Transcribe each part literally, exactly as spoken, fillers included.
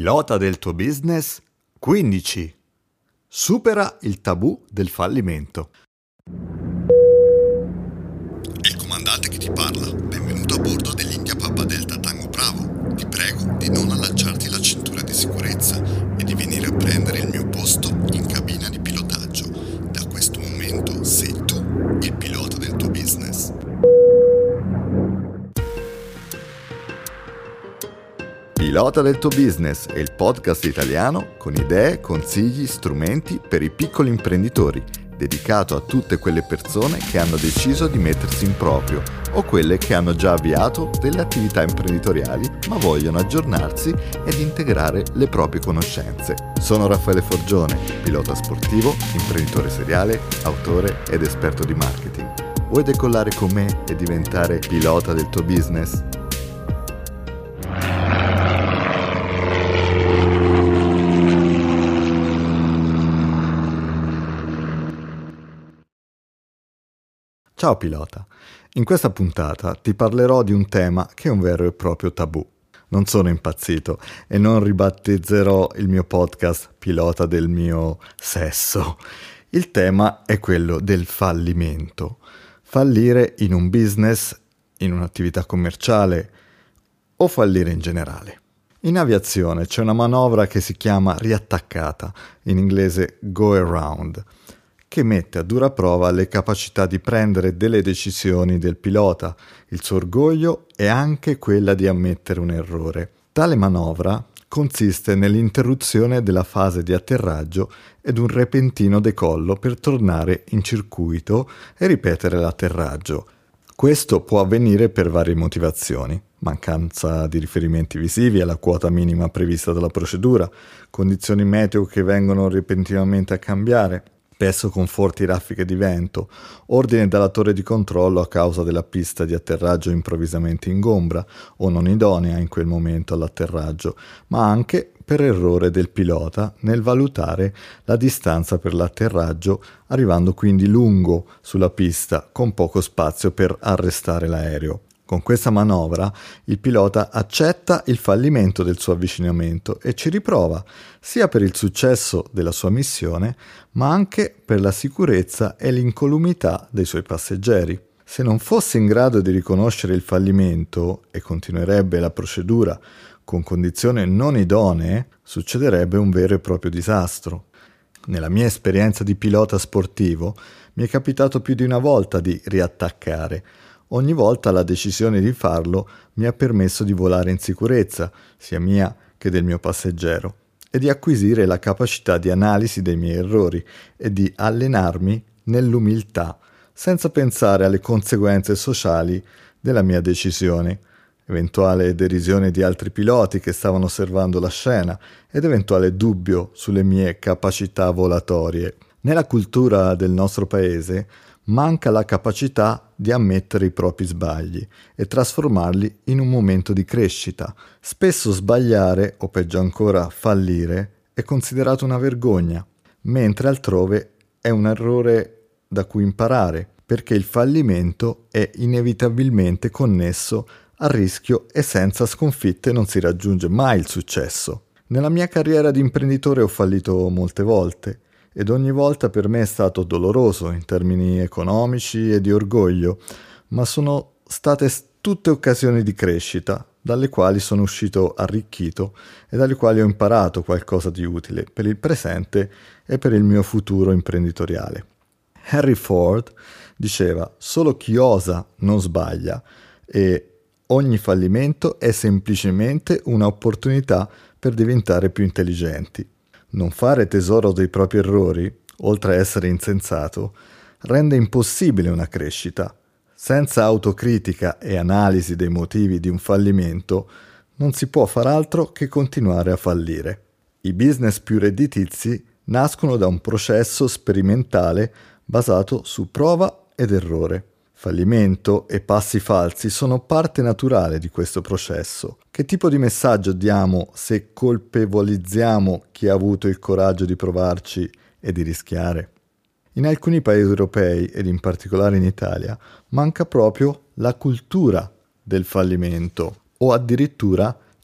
Pilota del tuo business quindici. Supera il tabù del fallimento. È il comandante che ti parla. Benvenuto a bordo dell'India Papa Delta Tango Bravo. Ti prego di non allacciarti la cintura di sicurezza e di venire a prendere il mio posto in cabina di pilotaggio. Da questo momento sei tu il pilota del tuo business. Pilota del tuo business è il podcast italiano con idee, consigli, strumenti per i piccoli imprenditori, dedicato a tutte quelle persone che hanno deciso di mettersi in proprio o quelle che hanno già avviato delle attività imprenditoriali ma vogliono aggiornarsi ed integrare le proprie conoscenze. Sono Raffaele Forgione, pilota sportivo, imprenditore seriale, autore ed esperto di marketing. Vuoi decollare con me e diventare pilota del tuo business? Ciao pilota, in questa puntata ti parlerò di un tema che è un vero e proprio tabù. Non sono impazzito e non ribattezzerò il mio podcast Pilota del mio sesso. Il tema è quello del fallimento. Fallire in un business, in un'attività commerciale o fallire in generale. In aviazione c'è una manovra che si chiama riattaccata, in inglese go around, che mette a dura prova le capacità di prendere delle decisioni del pilota, il suo orgoglio e anche quella di ammettere un errore. Tale manovra consiste nell'interruzione della fase di atterraggio ed un repentino decollo per tornare in circuito e ripetere l'atterraggio. Questo può avvenire per varie motivazioni: mancanza di riferimenti visivi alla quota minima prevista dalla procedura, condizioni meteo che vengono repentinamente a cambiare, spesso con forti raffiche di vento, ordine dalla torre di controllo a causa della pista di atterraggio improvvisamente ingombra o non idonea in quel momento all'atterraggio, ma anche per errore del pilota nel valutare la distanza per l'atterraggio, arrivando quindi lungo sulla pista con poco spazio per arrestare l'aereo. Con questa manovra il pilota accetta il fallimento del suo avvicinamento e ci riprova, sia per il successo della sua missione, ma anche per la sicurezza e l'incolumità dei suoi passeggeri. Se non fosse in grado di riconoscere il fallimento e continuerebbe la procedura con condizioni non idonee, succederebbe un vero e proprio disastro. Nella mia esperienza di pilota sportivo mi è capitato più di una volta di riattaccare. Ogni volta la decisione di farlo mi ha permesso di volare in sicurezza, sia mia che del mio passeggero, e di acquisire la capacità di analisi dei miei errori e di allenarmi nell'umiltà, senza pensare alle conseguenze sociali della mia decisione, eventuale derisione di altri piloti che stavano osservando la scena ed eventuale dubbio sulle mie capacità volatorie. Nella cultura del nostro paese manca la capacità di ammettere i propri sbagli e trasformarli in un momento di crescita. Spesso sbagliare, o peggio ancora fallire, è considerato una vergogna, mentre altrove è un errore da cui imparare, perché il fallimento è inevitabilmente connesso al rischio e senza sconfitte non si raggiunge mai il successo. Nella mia carriera di imprenditore ho fallito molte volte, ed ogni volta per me è stato doloroso in termini economici e di orgoglio, ma sono state tutte occasioni di crescita, dalle quali sono uscito arricchito e dalle quali ho imparato qualcosa di utile per il presente e per il mio futuro imprenditoriale. Henry Ford diceva: solo chi osa non sbaglia, e ogni fallimento è semplicemente un'opportunità per diventare più intelligenti. Non fare tesoro dei propri errori, oltre a essere insensato, rende impossibile una crescita. Senza autocritica e analisi dei motivi di un fallimento, non si può far altro che continuare a fallire. I business più redditizi nascono da un processo sperimentale basato su prova ed errore. Fallimento e passi falsi sono parte naturale di questo processo. Che tipo di messaggio diamo se colpevolizziamo chi ha avuto il coraggio di provarci e di rischiare? In alcuni paesi europei, ed in particolare in Italia, manca proprio la cultura del fallimento, o addirittura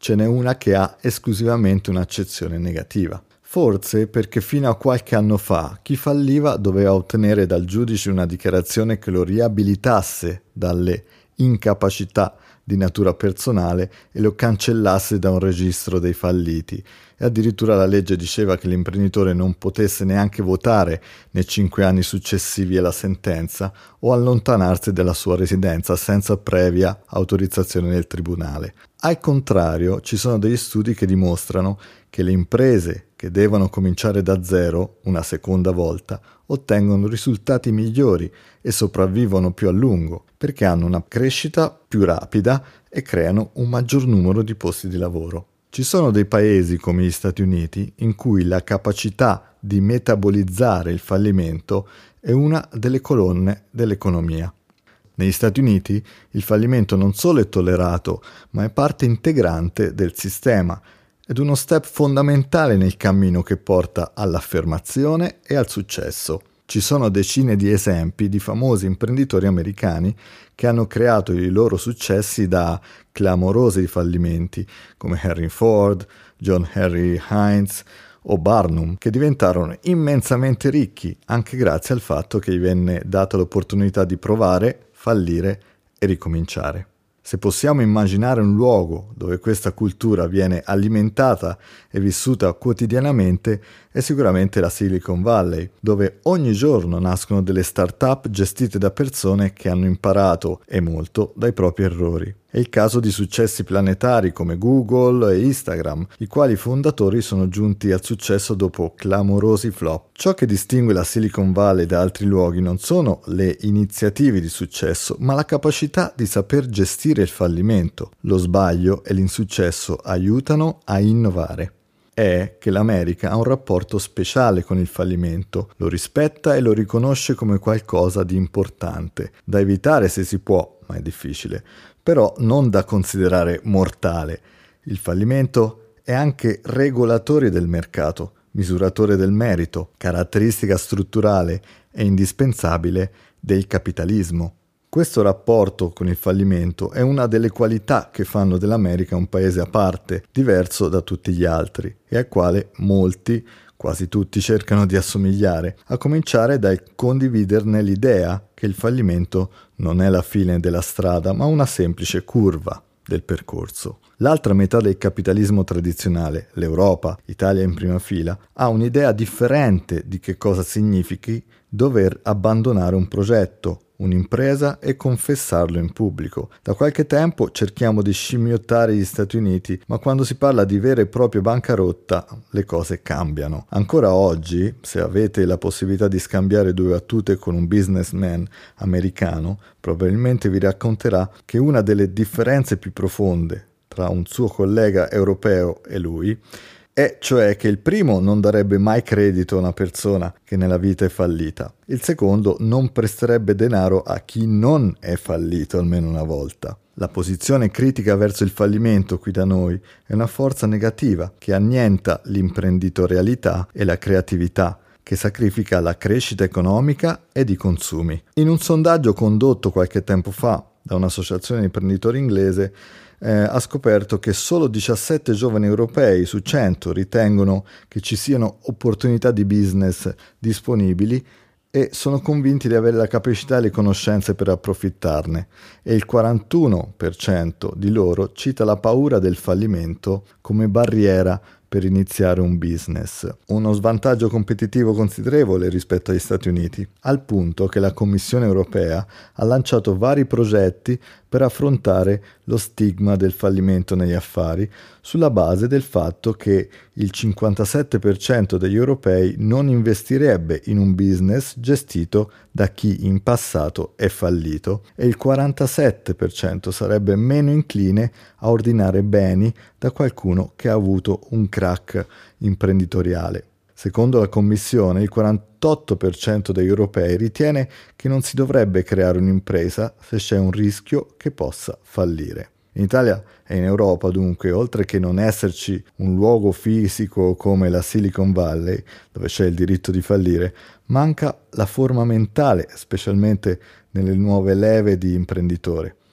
ce n'è una che ha esclusivamente un'accezione negativa. Forse perché fino a qualche anno fa chi falliva doveva ottenere dal giudice una dichiarazione che lo riabilitasse dalle incapacità di natura personale e lo cancellasse da un registro dei falliti. E addirittura la legge diceva che l'imprenditore non potesse neanche votare nei cinque anni successivi alla sentenza o allontanarsi dalla sua residenza senza previa autorizzazione del tribunale. Al contrario, ci sono degli studi che dimostrano che le imprese che devono cominciare da zero una seconda volta ottengono risultati migliori e sopravvivono più a lungo perché hanno una crescita più rapida e creano un maggior numero di posti di lavoro. Ci sono dei paesi come gli Stati Uniti in cui la capacità di metabolizzare il fallimento è una delle colonne dell'economia. Negli Stati Uniti il fallimento non solo è tollerato, ma è parte integrante del sistema ed uno step fondamentale nel cammino che porta all'affermazione e al successo. Ci sono decine di esempi di famosi imprenditori americani che hanno creato i loro successi da clamorosi fallimenti, come Henry Ford, John Henry Heinz o Barnum, che diventarono immensamente ricchi anche grazie al fatto che gli venne data l'opportunità di provare, fallire e ricominciare. Se possiamo immaginare un luogo dove questa cultura viene alimentata e vissuta quotidianamente, è sicuramente la Silicon Valley, dove ogni giorno nascono delle start-up gestite da persone che hanno imparato, e molto, dai propri errori. È il caso di successi planetari come Google e Instagram, i quali fondatori sono giunti al successo dopo clamorosi flop. Ciò che distingue la Silicon Valley da altri luoghi non sono le iniziative di successo, ma la capacità di saper gestire il fallimento. Lo sbaglio e l'insuccesso aiutano a innovare. È che l'America ha un rapporto speciale con il fallimento, lo rispetta e lo riconosce come qualcosa di importante, da evitare se si può, ma è difficile, però non da considerare mortale. Il fallimento è anche regolatore del mercato, misuratore del merito, caratteristica strutturale e indispensabile del capitalismo. Questo rapporto con il fallimento è una delle qualità che fanno dell'America un paese a parte, diverso da tutti gli altri, e al quale molti, quasi tutti, cercano di assomigliare, a cominciare dal condividerne l'idea che il fallimento non è la fine della strada, ma una semplice curva del percorso. L'altra metà del capitalismo tradizionale, l'Europa, Italia in prima fila, ha un'idea differente di che cosa significhi dover abbandonare un progetto, un'impresa e confessarlo in pubblico. Da qualche tempo cerchiamo di scimmiottare gli Stati Uniti, ma quando si parla di vera e propria bancarotta le cose cambiano. Ancora oggi, se avete la possibilità di scambiare due battute con un businessman americano, probabilmente vi racconterà che una delle differenze più profonde tra un suo collega europeo e lui è cioè che il primo non darebbe mai credito a una persona che nella vita è fallita, il secondo non presterebbe denaro a chi non è fallito almeno una volta. La posizione critica verso il fallimento qui da noi è una forza negativa che annienta l'imprenditorialità e la creatività, che sacrifica la crescita economica ed i consumi. In un sondaggio condotto qualche tempo fa da un'associazione di imprenditori inglese, Eh, ha scoperto che solo diciassette giovani europei su cento ritengono che ci siano opportunità di business disponibili e sono convinti di avere la capacità e le conoscenze per approfittarne, e il quarantuno per cento di loro cita la paura del fallimento come barriera per iniziare un business, uno svantaggio competitivo considerevole rispetto agli Stati Uniti, al punto che la Commissione europea ha lanciato vari progetti per affrontare lo stigma del fallimento negli affari, sulla base del fatto che il cinquantasette per cento degli europei non investirebbe in un business gestito da chi in passato è fallito e il quarantasette per cento sarebbe meno incline a ordinare beni da qualcuno che ha avuto un crack imprenditoriale. Secondo la Commissione, il quarantotto per cento degli europei ritiene che non si dovrebbe creare un'impresa se c'è un rischio che possa fallire. In Italia e in Europa, dunque, oltre che non esserci un luogo fisico come la Silicon Valley, dove c'è il diritto di fallire, manca la forma mentale, specialmente nelle nuove leve di imprenditore.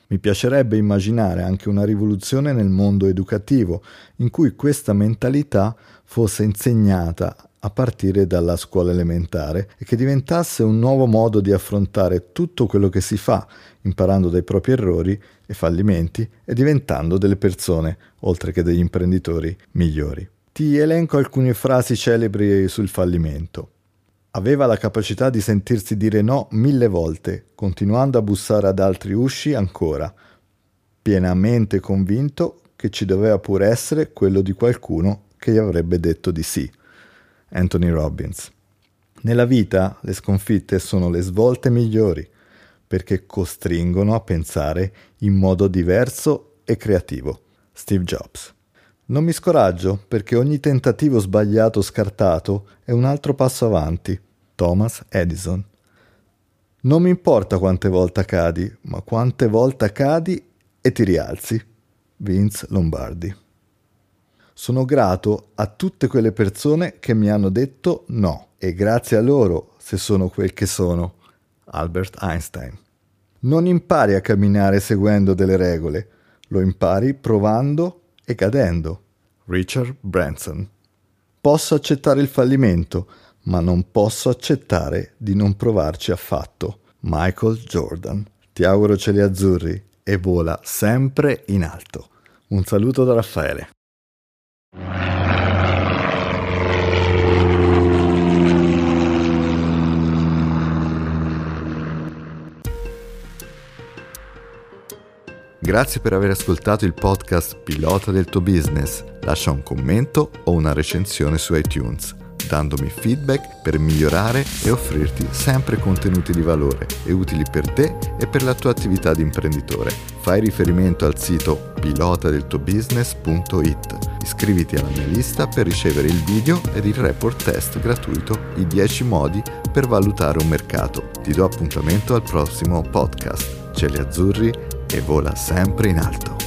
Mi piacerebbe immaginare anche una rivoluzione nel mondo educativo, in cui questa mentalità fosse insegnata a partire dalla scuola elementare e che diventasse un nuovo modo di affrontare tutto quello che si fa, imparando dai propri errori e fallimenti e diventando delle persone, oltre che degli imprenditori, migliori. Ti elenco alcune frasi celebri sul fallimento. Aveva la capacità di sentirsi dire no mille volte, continuando a bussare ad altri usci ancora, pienamente convinto che ci doveva pure essere quello di qualcuno che gli avrebbe detto di sì. Anthony Robbins. Nella vita le sconfitte sono le svolte migliori, perché costringono a pensare in modo diverso e creativo. Steve Jobs. Non mi scoraggio perché ogni tentativo sbagliato o scartato è un altro passo avanti. Thomas Edison. Non mi importa quante volte cadi, ma quante volte cadi e ti rialzi. Vince Lombardi. Sono grato a tutte quelle persone che mi hanno detto no e grazie a loro se sono quel che sono. Albert Einstein. Non impari a camminare seguendo delle regole, lo impari provando e cadendo. Richard Branson. Posso accettare il fallimento, ma non posso accettare di non provarci affatto. Michael Jordan. Ti auguro cieli azzurri e vola sempre in alto. Un saluto da Raffaele. Grazie per aver ascoltato il podcast Pilota del tuo business. Lascia un commento o una recensione su iTunes, dandomi feedback per migliorare e offrirti sempre contenuti di valore e utili per te e per la tua attività di imprenditore. Fai riferimento al sito pilota del tuo business punto it. Iscriviti alla mia lista per ricevere il video ed il report test gratuito I dieci modi per valutare un mercato. Ti do appuntamento al prossimo podcast. Cieli azzurri e vola sempre in alto.